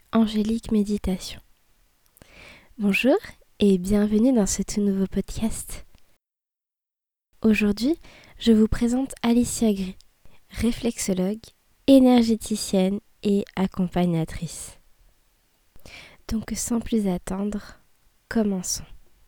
Angélique Méditation. Bonjour et bienvenue dans ce tout nouveau podcast. Aujourd'hui, je vous présente Alicia Gris, réflexologue, énergéticienne et accompagnatrice. Donc sans plus attendre, commençons.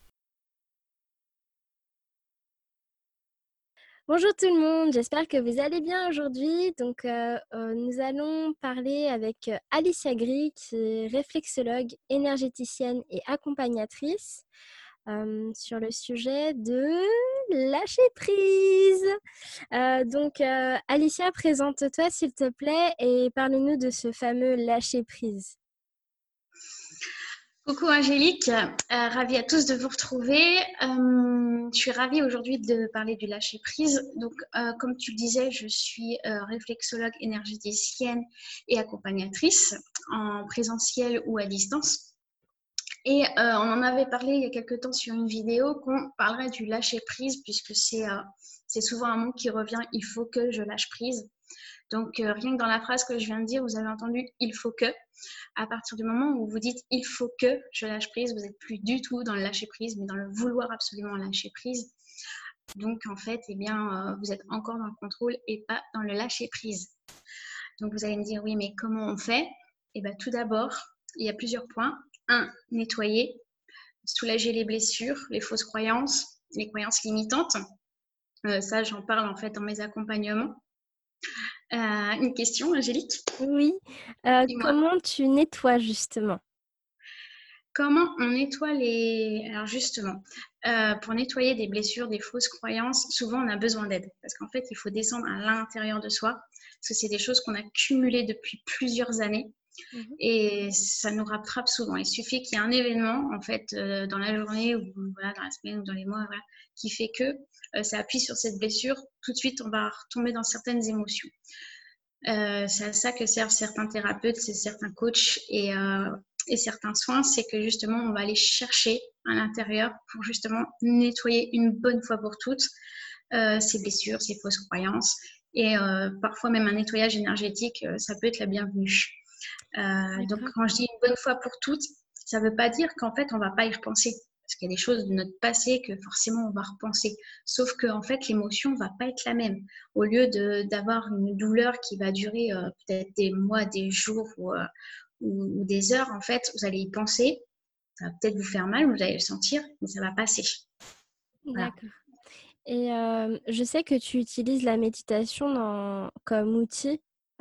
Bonjour tout le monde, j'espère que vous allez bien aujourd'hui. Nous allons parler avec Alicia Gris, qui est réflexologue, énergéticienne et accompagnatrice sur le sujet de lâcher prise. Alicia, présente-toi s'il te plaît et parle-nous de ce fameux lâcher prise. Coucou Angélique, ravie à tous de vous retrouver. Je suis ravie aujourd'hui de parler du lâcher prise. Comme tu le disais, je suis réflexologue énergéticienne et accompagnatrice en présentiel ou à distance. Et on en avait parlé il y a quelques temps sur une vidéo qu'on parlerait du lâcher prise puisque c'est souvent un mot qui revient, il faut que je lâche prise. Donc rien que dans la phrase que je viens de dire, vous avez entendu il faut que. À partir du moment où vous dites il faut que je lâche prise, vous n'êtes plus du tout dans le lâcher prise, mais dans le vouloir absolument lâcher prise. Donc en fait, vous êtes encore dans le contrôle et pas dans le lâcher prise. Donc vous allez me dire oui, mais comment on fait? Eh bien tout d'abord, il y a plusieurs points. 1, nettoyer, soulager les blessures, les fausses croyances, les croyances limitantes. Ça, j'en parle en fait dans mes accompagnements. Une question, Angélique? Oui, comment tu nettoies justement? Comment on nettoie les... Alors justement, pour nettoyer des blessures, des fausses croyances, souvent on a besoin d'aide. Parce qu'en fait, il faut descendre à l'intérieur de soi. Parce que c'est des choses qu'on a cumulées depuis plusieurs années. Et ça nous rattrape souvent. Il suffit qu'il y ait un événement, en fait, dans la journée ou voilà, dans la semaine ou dans les mois, voilà, qui fait que ça appuie sur cette blessure. Tout de suite, on va retomber dans certaines émotions. C'est à ça que servent certains thérapeutes, certains coachs et certains soins, c'est que justement, on va aller chercher à l'intérieur pour justement nettoyer une bonne fois pour toutes ces blessures, ces fausses croyances. Et parfois même un nettoyage énergétique, ça peut être la bienvenue. Donc quand je dis une bonne fois pour toutes, ça ne veut pas dire qu'en fait on ne va pas y repenser. Parce qu'il y a des choses de notre passé que forcément on va repenser. Sauf qu'en fait l'émotion ne va pas être la même. Au lieu d'avoir une douleur qui va durer peut-être des mois, des jours ou des heures, en fait vous allez y penser. Ça va peut-être vous faire mal, vous allez le sentir, mais ça va passer. Voilà. D'accord. Et je sais que tu utilises la méditation comme outil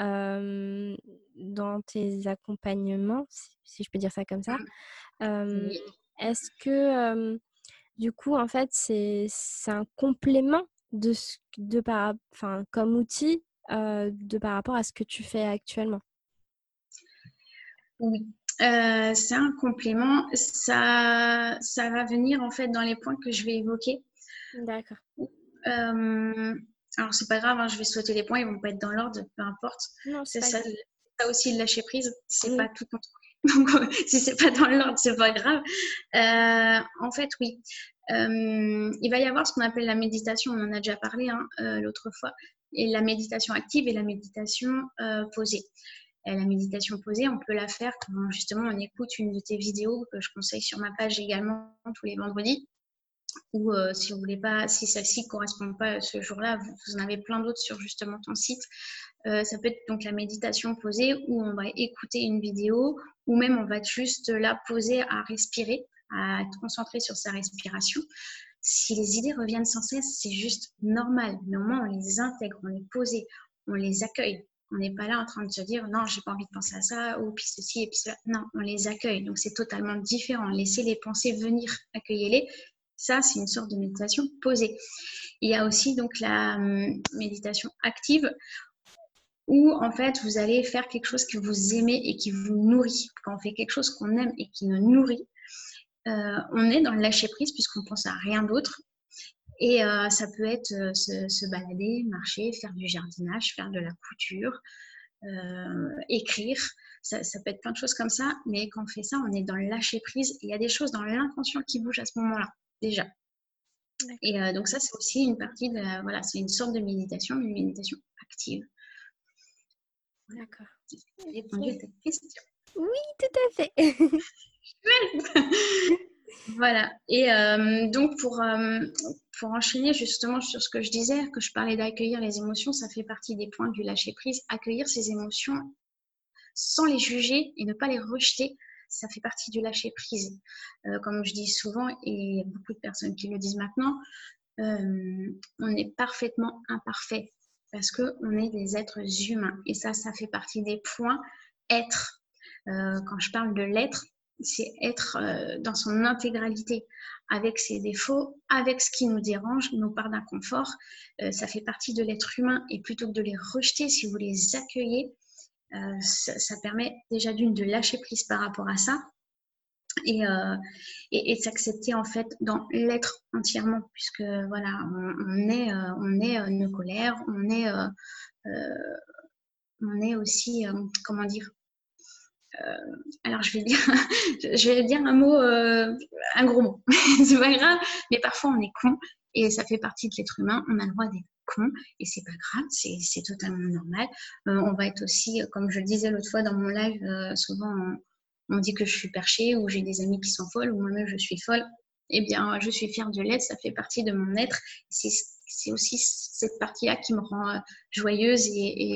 dans tes accompagnements, si je peux dire ça comme ça. Oui. Est-ce que du coup, en fait, c'est un complément comme outil par rapport à ce que tu fais actuellement? Oui. C'est un complément. Ça va venir en fait dans les points que je vais évoquer. D'accord. Alors, c'est pas grave, hein, je vais sauter les points, ils vont pas être dans l'ordre, peu importe. Non, c'est C'est pas ça, grave. ça aussi, le lâcher prise, c'est Oui. pas tout contrôler. Donc, si c'est pas dans l'ordre, c'est pas grave. En fait, oui. Il va y avoir ce qu'on appelle la méditation, on en a déjà parlé l'autre fois, et la méditation active et la méditation posée. Et la méditation posée, on peut la faire quand justement on écoute une de tes vidéos que je conseille sur ma page également tous les vendredis ou si vous voulez pas, si celle-ci ne correspond pas ce jour-là, vous en avez plein d'autres sur justement ton site. Ça peut être donc la méditation posée où on va écouter une vidéo ou même on va être juste là posé à respirer, à être concentré sur sa respiration. Si les idées reviennent sans cesse, c'est juste normal. Mais au moins, on les intègre, on les pose, on les accueille. On n'est pas là en train de se dire non, j'ai pas envie de penser à ça, ou puis ceci et puis cela. Non, on les accueille. Donc c'est totalement différent. Laissez les pensées venir, accueillez-les. Ça, c'est une sorte de méditation posée. Il y a aussi donc la méditation active où en fait vous allez faire quelque chose que vous aimez et qui vous nourrit. Quand on fait quelque chose qu'on aime et qui nous nourrit, on est dans le lâcher prise puisqu'on pense à rien d'autre. Et ça peut être se balader, marcher, faire du jardinage, faire de la couture, écrire. Ça peut être plein de choses comme ça, mais quand on fait ça, on est dans le lâcher prise. Et il y a des choses dans l'inconscient qui bougent à ce moment-là, déjà. Et donc ça, c'est aussi une partie de voilà, c'est une sorte de méditation, une méditation active. D'accord. J'ai répondu à ta question. Oui, tout à fait. Voilà. Et donc, pour enchaîner justement sur ce que je disais, que je parlais d'accueillir les émotions, ça fait partie des points du lâcher-prise. Accueillir ces émotions sans les juger et ne pas les rejeter, ça fait partie du lâcher-prise. Comme je dis souvent, et il y a beaucoup de personnes qui le disent maintenant, on est parfaitement imparfait parce qu'on est des êtres humains. Et ça fait partie des points être. Quand je parle de l'être, c'est être dans son intégralité, avec ses défauts, avec ce qui nous dérange, nos parts d'inconfort. Ça fait partie de l'être humain. Et plutôt que de les rejeter, si vous les accueillez, ça permet déjà d'une de lâcher prise par rapport à ça et, et de s'accepter en fait dans l'être entièrement, puisque voilà, on est nos colères, on est aussi, comment dire, alors je vais dire un mot, un gros mot, c'est pas grave, mais parfois on est con et ça fait partie de l'être humain, on a le droit d'être con et c'est pas grave, c'est totalement normal. On va être aussi, comme je le disais l'autre fois dans mon live, souvent on dit que je suis perchée ou j'ai des amis qui sont folles ou moi-même je suis folle. Eh bien, je suis fière de l'être, ça fait partie de mon être. C'est aussi cette partie-là qui me rend joyeuse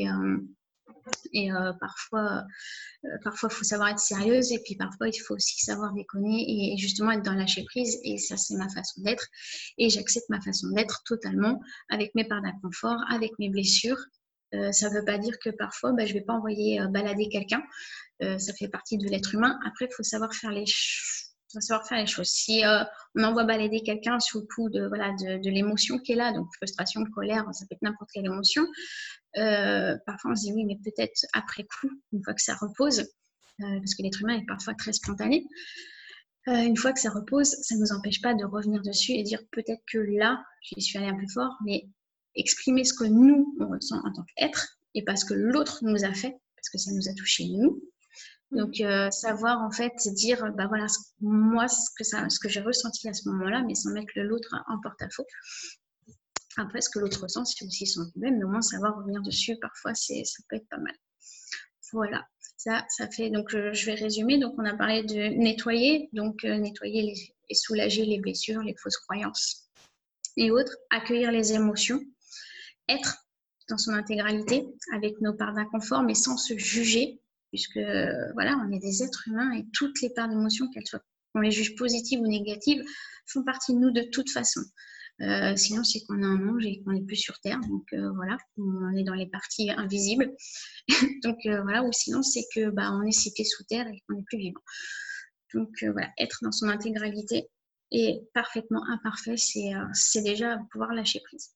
et parfois, il faut savoir être sérieuse et puis parfois, il faut aussi savoir déconner et justement être dans le lâcher prise. Et ça, c'est ma façon d'être. Et j'accepte ma façon d'être totalement avec mes parts d'inconfort, avec mes blessures. Ça ne veut pas dire que parfois, je ne vais pas envoyer balader quelqu'un. Ça fait partie de l'être humain. Après, il faut savoir faire les choses. Si on envoie balader quelqu'un sous le coup de l'émotion qui est là, donc frustration, colère, ça peut être n'importe quelle émotion, parfois on se dit oui, mais peut-être après coup, une fois que ça repose, parce que l'être humain est parfois très spontané, une fois que ça repose, ça ne nous empêche pas de revenir dessus et dire peut-être que là, j'y suis allée un peu fort, mais exprimer ce que nous, on ressent en tant qu'être et pas ce que l'autre nous a fait, parce que ça nous a touché nous. Donc, savoir en fait dire, voilà, moi, ce que j'ai ressenti à ce moment-là, mais sans mettre l'autre en porte-à-faux. Après, ce que l'autre ressent, c'est aussi son problème, mais au moins savoir revenir dessus, parfois, ça peut être pas mal. Voilà, ça fait, donc je vais résumer. Donc, on a parlé de nettoyer, donc nettoyer et soulager les blessures, les fausses croyances et autres, accueillir les émotions, être dans son intégralité avec nos parts d'inconfort, mais sans se juger, puisque voilà, on est des êtres humains et toutes les parts d'émotions, qu'on les juge positives ou négatives, font partie de nous de toute façon. Sinon, c'est qu'on a un ange et qu'on n'est plus sur Terre. Donc voilà, on est dans les parties invisibles. Donc voilà, ou sinon, c'est que on est cité sous Terre et qu'on n'est plus vivant. Donc voilà, être dans son intégralité et parfaitement imparfait, c'est déjà pouvoir lâcher prise.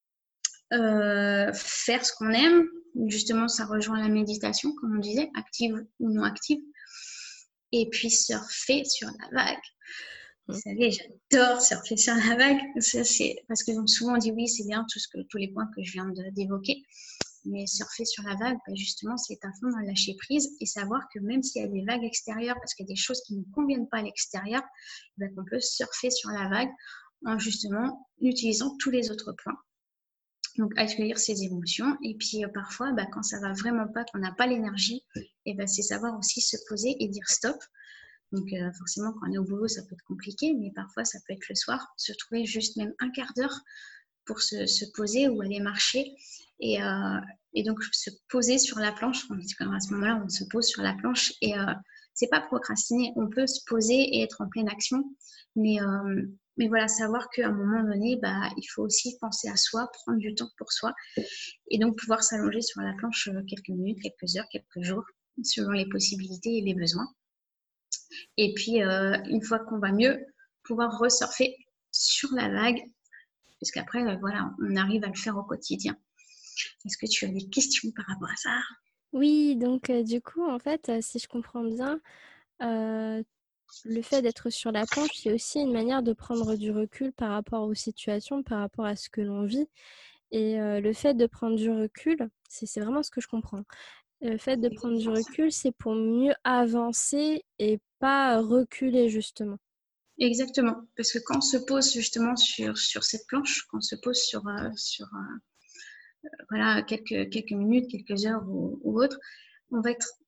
Faire ce qu'on aime, justement, ça rejoint la méditation, comme on disait, active ou non active. Et puis surfer sur la vague. Vous savez, j'adore surfer sur la vague. Ça, c'est parce que souvent on dit oui, c'est bien tous les points que je viens d'évoquer. Mais surfer sur la vague, justement, c'est à fond dans le lâcher prise et savoir que même s'il y a des vagues extérieures, parce qu'il y a des choses qui ne conviennent pas à l'extérieur, qu'on peut surfer sur la vague en justement utilisant tous les autres points. Donc, accueillir ses émotions. Et puis, parfois, quand ça va vraiment pas, qu'on n'a pas l'énergie, c'est savoir aussi se poser et dire stop. Donc, forcément, quand on est au boulot, ça peut être compliqué, mais parfois, ça peut être le soir, se trouver juste même un quart d'heure pour se poser ou aller marcher. Et donc, se poser sur la planche. À ce moment-là, on se pose sur la planche et c'est pas procrastiner. On peut se poser et être en pleine action, mais voilà, savoir qu'à un moment donné, il faut aussi penser à soi, prendre du temps pour soi et donc pouvoir s'allonger sur la planche quelques minutes, quelques heures, quelques jours, selon les possibilités et les besoins. Et puis, une fois qu'on va mieux, pouvoir resurfer sur la vague, puisqu'après, voilà, on arrive à le faire au quotidien. Est-ce que tu as des questions par rapport à ça? Oui, donc du coup, en fait, si je comprends bien, le fait d'être sur la planche, c'est aussi une manière de prendre du recul par rapport aux situations, par rapport à ce que l'on vit. Et le fait de prendre du recul, c'est vraiment ce que je comprends. Le fait de prendre du recul, c'est pour mieux avancer et pas reculer, justement. Exactement, parce que quand on se pose justement sur cette planche, quand on se pose sur voilà, quelques minutes, quelques heures ou autre, on va être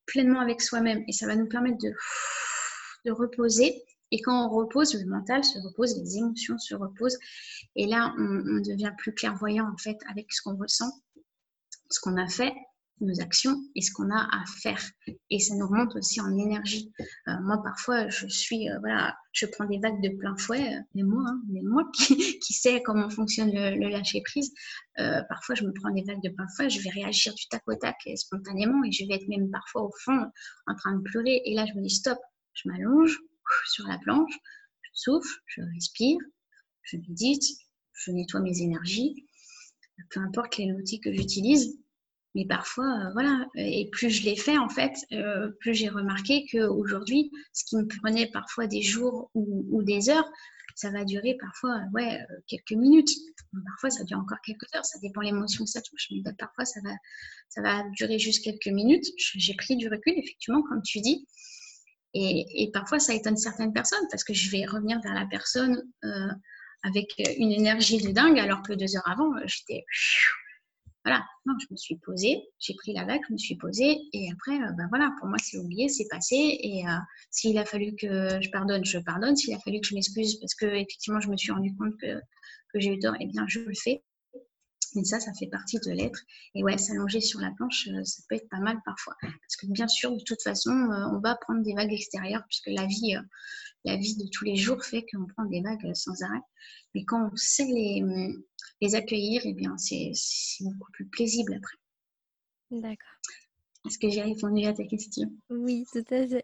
pleinement avec soi-même et ça va nous permettre de reposer. Et quand on repose, le mental se repose, les émotions se reposent. Et là, on devient plus clairvoyant en fait avec ce qu'on ressent, ce qu'on a fait, nos actions et ce qu'on a à faire. Et ça nous remonte aussi en énergie. Moi, parfois, je prends des vagues de plein fouet, mais moi qui sais comment fonctionne le lâcher prise, parfois je me prends des vagues de plein fouet, je vais réagir du tac au tac spontanément et je vais être même parfois au fond en train de pleurer. Et là, je me dis stop, je m'allonge sur la planche, je souffle, je respire, je médite, je nettoie mes énergies, peu importe quel outil que j'utilise. Mais parfois, et plus je l'ai fait, en fait, plus j'ai remarqué qu'aujourd'hui, ce qui me prenait parfois des jours ou des heures, ça va durer parfois quelques minutes. Parfois, ça dure encore quelques heures. Ça dépend de l'émotion que ça touche. Mais parfois, ça va durer juste quelques minutes. J'ai pris du recul, effectivement, comme tu dis. Et parfois, ça étonne certaines personnes parce que je vais revenir vers la personne avec une énergie de dingue, alors que 2 heures avant, j'étais... Voilà, non, je me suis posée, j'ai pris la vague, je me suis posée et après, pour moi, c'est oublié, c'est passé. Et s'il a fallu que je pardonne, je pardonne. S'il a fallu que je m'excuse parce que effectivement, je me suis rendu compte que j'ai eu tort, eh bien, je le fais. Et ça fait partie de l'être. Et ouais, s'allonger sur la planche, ça peut être pas mal parfois. Parce que bien sûr, de toute façon, on va prendre des vagues extérieures puisque la vie de tous les jours fait qu'on prend des vagues sans arrêt. Mais quand on sait les accueillir, eh bien, c'est beaucoup plus paisible après. D'accord. Est-ce que j'ai répondu à ta question? Oui, tout à fait.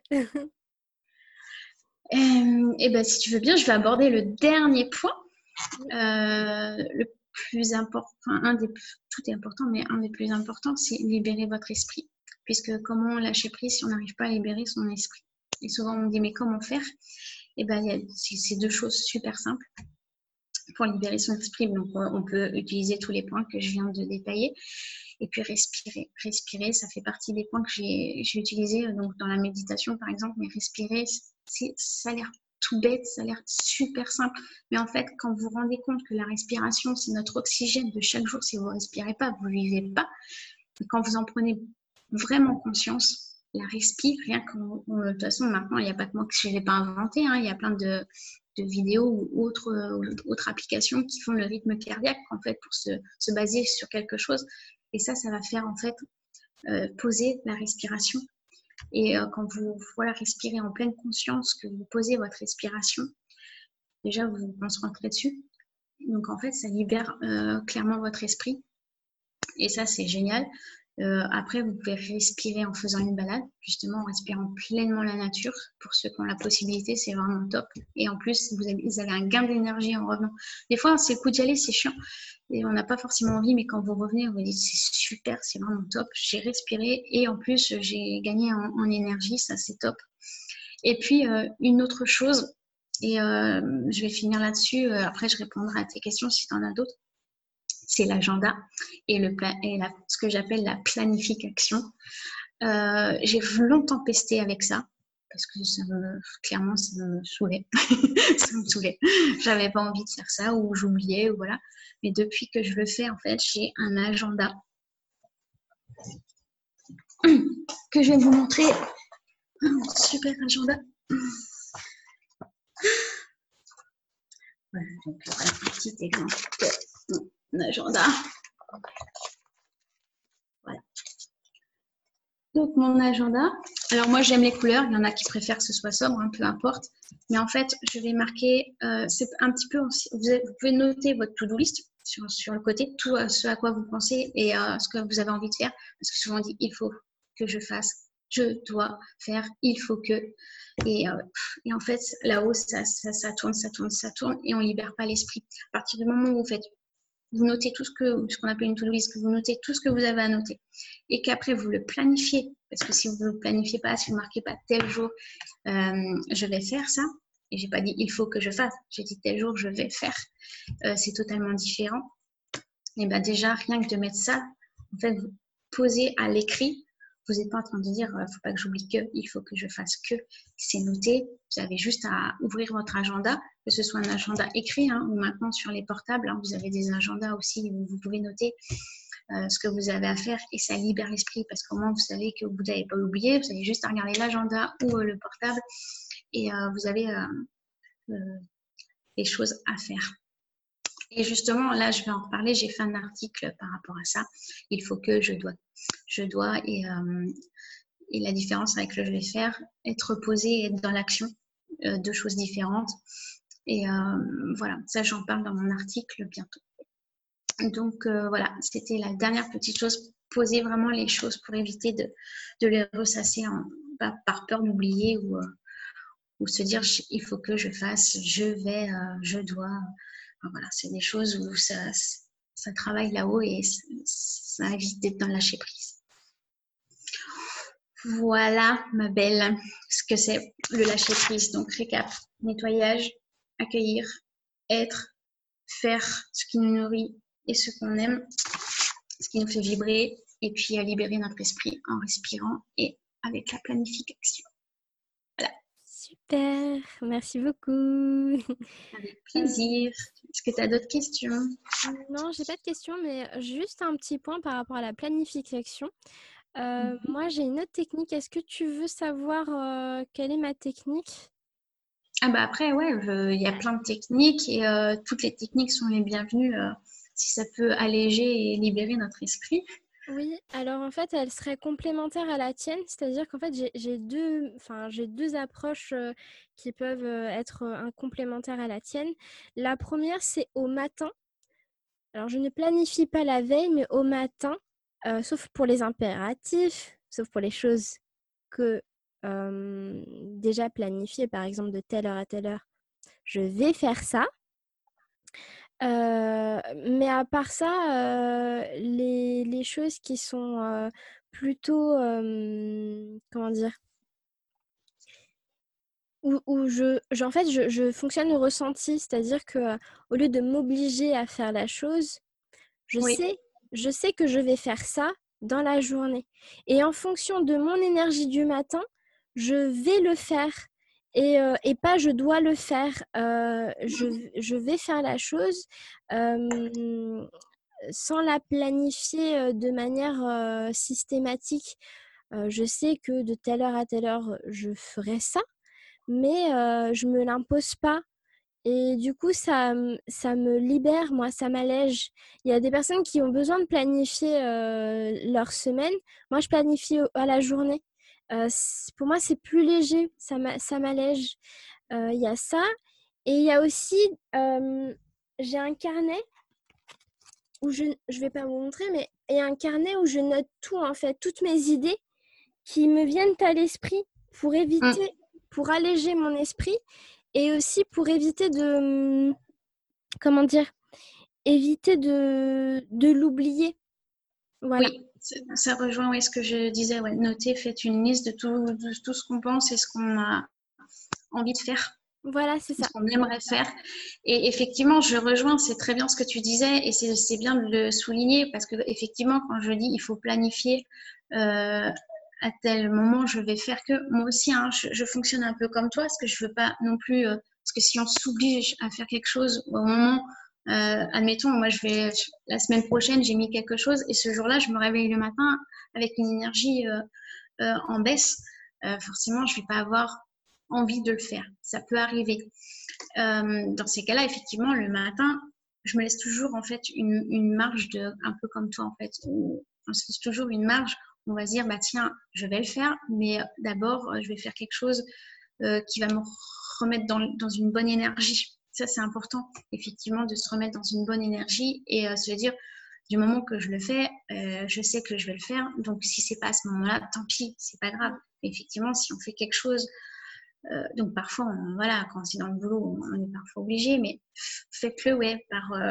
Et ben, si tu veux bien, je vais aborder le dernier point, le plus important, tout est important, mais un des plus importants, c'est libérer votre esprit. Puisque comment lâcher prise si on n'arrive pas à libérer son esprit? Et souvent, on me dit, mais comment faire? Et ben, c'est 2 choses super simples pour libérer son esprit. Donc, on peut utiliser tous les points que je viens de détailler. Et puis, respirer. Respirer, ça fait partie des points que j'ai utilisés donc, dans la méditation, par exemple. Mais respirer, ça a l'air tout bête, ça a l'air super simple. Mais en fait, quand vous vous rendez compte que la respiration, c'est notre oxygène de chaque jour, si vous ne respirez pas, vous ne vivez pas. Et quand vous en prenez vraiment conscience, la respire, rien que de toute façon, maintenant, il n'y a pas que moi que je ne l'ai pas inventé, il y a plein de vidéos ou autres applications qui font le rythme cardiaque en fait pour se baser sur quelque chose. Et ça va faire en fait poser la respiration. Et quand vous respirez en pleine conscience, que vous posez votre respiration, déjà vous vous concentrez dessus. Donc en fait, ça libère clairement votre esprit. Et ça, c'est génial. Après, vous pouvez respirer en faisant une balade, justement en respirant pleinement la nature. Pour ceux qui ont la possibilité, c'est vraiment top. Et en plus, vous avez un gain d'énergie en revenant. Des fois, c'est le coup d'y aller, c'est chiant. Et on n'a pas forcément envie, mais quand vous revenez, vous vous dites c'est super, c'est vraiment top. J'ai respiré et en plus, j'ai gagné en énergie, ça c'est top. Et puis, une autre chose, et je vais finir là-dessus, après je répondrai à tes questions si tu en as d'autres. C'est l'agenda et ce que j'appelle la planification. J'ai longtemps pesté avec ça parce que clairement, ça me saoulait. Ça me saoulait. J'avais pas envie de faire ça ou j'oubliais ou voilà. Mais depuis que je le fais, en fait, j'ai un agenda que je vais vous montrer. Un super agenda. Voilà, donc un petit exemple de mon agenda. Voilà. Donc mon agenda, alors moi j'aime les couleurs, il y en a qui préfèrent que ce soit sobre, peu importe. Mais en fait, je vais marquer, c'est un petit peu, vous pouvez noter votre to-do list sur le côté, tout ce à quoi vous pensez et ce que vous avez envie de faire. Parce que souvent on dit, il faut que je fasse, je dois faire, il faut que. Et en fait, là-haut, ça tourne et on ne libère pas l'esprit. À partir du moment où vous notez tout ce qu'on appelle une to-do list, que vous notez tout ce que vous avez à noter et qu'après vous le planifiez, parce que si vous ne le planifiez pas, si vous ne marquez pas tel jour, je vais faire ça, et je n'ai pas dit il faut que je fasse, j'ai dit tel jour je vais faire, c'est totalement différent. Et bien déjà, rien que de mettre ça, en fait, vous posez à l'écrit, vous n'êtes pas en train de dire il ne faut pas que j'oublie que, il faut que je fasse que, c'est noté, vous avez juste à ouvrir votre agenda, que ce soit un agenda écrit ou maintenant sur les portables, vous avez des agendas aussi où vous pouvez noter. ce que vous avez à faire et ça libère l'esprit parce qu'au moins vous savez que vous n'avez pas oublié, vous avez juste à regarder l'agenda ou le portable et vous avez les choses à faire. Et justement, là, je vais en reparler. J'ai fait un article par rapport à ça. Il faut que je dois et la différence avec le je vais faire, être posé et être dans l'action, deux choses différentes. Et voilà, ça, j'en parle dans mon article bientôt. Donc voilà, c'était la dernière petite chose. Poser vraiment les choses pour éviter de les ressasser par peur d'oublier ou se dire il faut que je fasse, je vais, je dois. Voilà, c'est des choses où ça travaille là-haut et ça évite d'être dans le lâcher prise. Voilà, ma belle, ce que c'est le lâcher prise. Donc, récap, nettoyage, accueillir, être, faire ce qui nous nourrit et ce qu'on aime, ce qui nous fait vibrer, et puis libérer notre esprit en respirant et avec la planification. Voilà. Super, merci beaucoup. Avec plaisir. Est-ce que tu as d'autres questions? Non, j'ai pas de questions, mais juste un petit point par rapport à la planification. Moi, j'ai une autre technique. Est-ce que tu veux savoir quelle est ma technique? Ah bah après, ouais, il y a plein de techniques et toutes les techniques sont les bienvenues si ça peut alléger et libérer notre esprit. Oui, alors en fait, elle serait complémentaire à la tienne, c'est-à-dire qu'en fait, j'ai deux approches qui peuvent être complémentaires à la tienne. La première, c'est au matin. Alors, je ne planifie pas la veille, mais au matin, sauf pour les impératifs, sauf pour les choses que déjà planifiées, par exemple de telle heure à telle heure, je vais faire ça. Mais à part ça, les choses qui sont plutôt, comment dire, où en fait, je fonctionne au ressenti, c'est-à-dire que au lieu de m'obliger à faire la chose, je Oui, sais, je sais que je vais faire ça dans la journée. Et en fonction de mon énergie du matin, je vais le faire. Et pas je dois le faire. Je vais faire la chose sans la planifier de manière systématique. Je sais que de telle heure à telle heure, je ferai ça, mais je me l'impose pas. Et du coup, ça me libère, moi, ça m'allège. Il y a des personnes qui ont besoin de planifier leur semaine. Moi, je planifie à la journée. Pour moi, c'est plus léger, ça m'allège. Il y a ça. Et il y a aussi, j'ai un carnet où je vais pas vous montrer, mais il y a un carnet où je note tout, en fait, toutes mes idées qui me viennent à l'esprit pour éviter, pour alléger mon esprit et aussi pour éviter de, comment dire, éviter de l'oublier. Voilà. oui, ça rejoint ce que je disais. Ouais. Noter, faites une liste de tout ce qu'on pense et ce qu'on a envie de faire, Voilà, c'est ce ça. qu'on aimerait faire. Et effectivement, je rejoins, c'est très bien ce que tu disais et c'est bien de le souligner parce que effectivement, quand je dis il faut planifier à tel moment, je vais faire que moi aussi, hein, je fonctionne un peu comme toi parce que je veux pas non plus, parce que si on s'oblige à faire quelque chose au moment, admettons, moi la semaine prochaine, j'ai mis quelque chose et ce jour-là, je me réveille le matin avec une énergie en baisse, forcément, je vais pas avoir envie de le faire. Ça peut arriver. Dans ces cas-là, effectivement, le matin, je me laisse toujours en fait une marge un peu comme toi en fait, où on se laisse toujours une marge. On va se dire, bah tiens, je vais le faire, mais d'abord, je vais faire quelque chose qui va me remettre dans une bonne énergie. Ça, c'est important, effectivement, de se remettre dans une bonne énergie et se dire, du moment que je le fais, je sais que je vais le faire. Donc, si c'est pas à ce moment-là, tant pis, c'est pas grave. Mais effectivement, si on fait quelque chose donc parfois, voilà, quand c'est dans le boulot, on est parfois obligé, mais faites-le, ouais,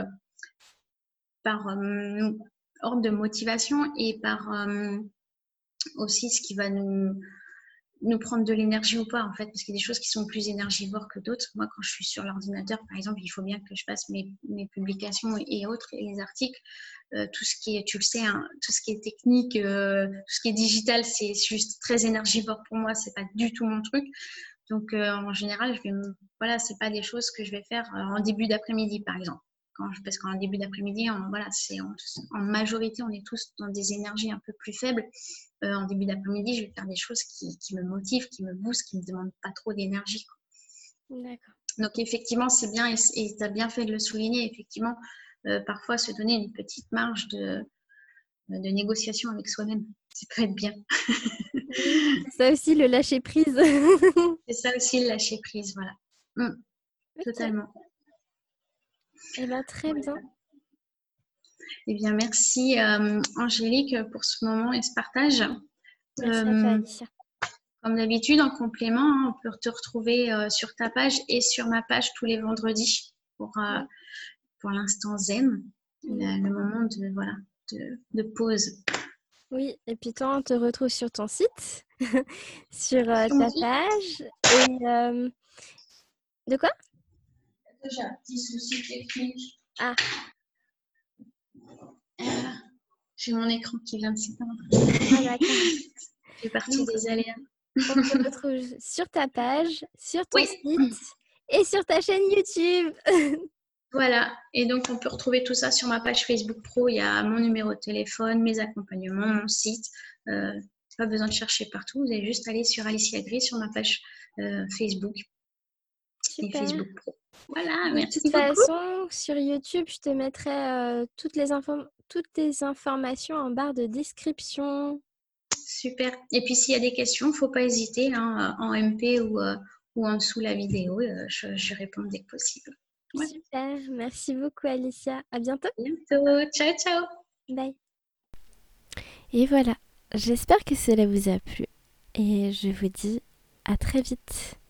par ordre de motivation et par aussi ce qui va nous prendre de l'énergie ou pas, en fait, parce qu'il y a des choses qui sont plus énergivores que d'autres. Moi, quand je suis sur l'ordinateur, par exemple, il faut bien que je fasse mes publications et autres, et les articles, tout ce qui est, tu le sais, hein, tout ce qui est technique, tout ce qui est digital, c'est juste très énergivore pour moi, c'est pas du tout mon truc. Donc, en général, voilà, c'est pas des choses que je vais faire en début d'après-midi, par exemple. Parce qu'en début d'après-midi, voilà, en majorité, on est tous dans des énergies un peu plus faibles. En début d'après-midi, je vais faire des choses qui me motivent, qui me boostent, qui ne me demandent pas trop d'énergie. D'accord. Donc effectivement, c'est bien, et tu as bien fait de le souligner, effectivement, parfois se donner une petite marge de négociation avec soi-même, ça peut être bien. Oui, c'est ça aussi le lâcher prise. C'est ça aussi le lâcher prise, voilà. Ok, Totalement. eh ben, très bien. Eh bien, merci Angélique pour ce moment et ce partage. Merci à toi, Alicia. Comme d'habitude, en complément, on peut te retrouver sur ta page et sur ma page tous les vendredis pour l'instant zen, le moment de pause. Oui, et puis toi, on te retrouve sur ton site, sur Sur mon ta site, page. Et de quoi? j'ai un petit souci technique. Ah, J'ai mon écran qui vient de s'éteindre. d'accord. Fait partie Donc, des aléas. on te retrouve sur ta page, sur ton Oui, site et sur ta chaîne YouTube. voilà. Et donc, on peut retrouver tout ça sur ma page Facebook Pro. Il y a mon numéro de téléphone, mes accompagnements, mon site. Pas besoin de chercher partout. Vous allez juste aller sur Alicia Gris sur ma page Facebook et Super. Facebook Pro. Voilà, De merci toute beaucoup. façon, sur YouTube, je te mettrai toutes les informations en barre de description. Super. Et puis, s'il y a des questions, il ne faut pas hésiter hein, en MP ou en dessous la vidéo. Je réponds dès que possible. Ouais. Super. Merci beaucoup, Alicia. À bientôt. À bientôt. Ciao, ciao. Bye. Et voilà. J'espère que cela vous a plu. Et je vous dis à très vite.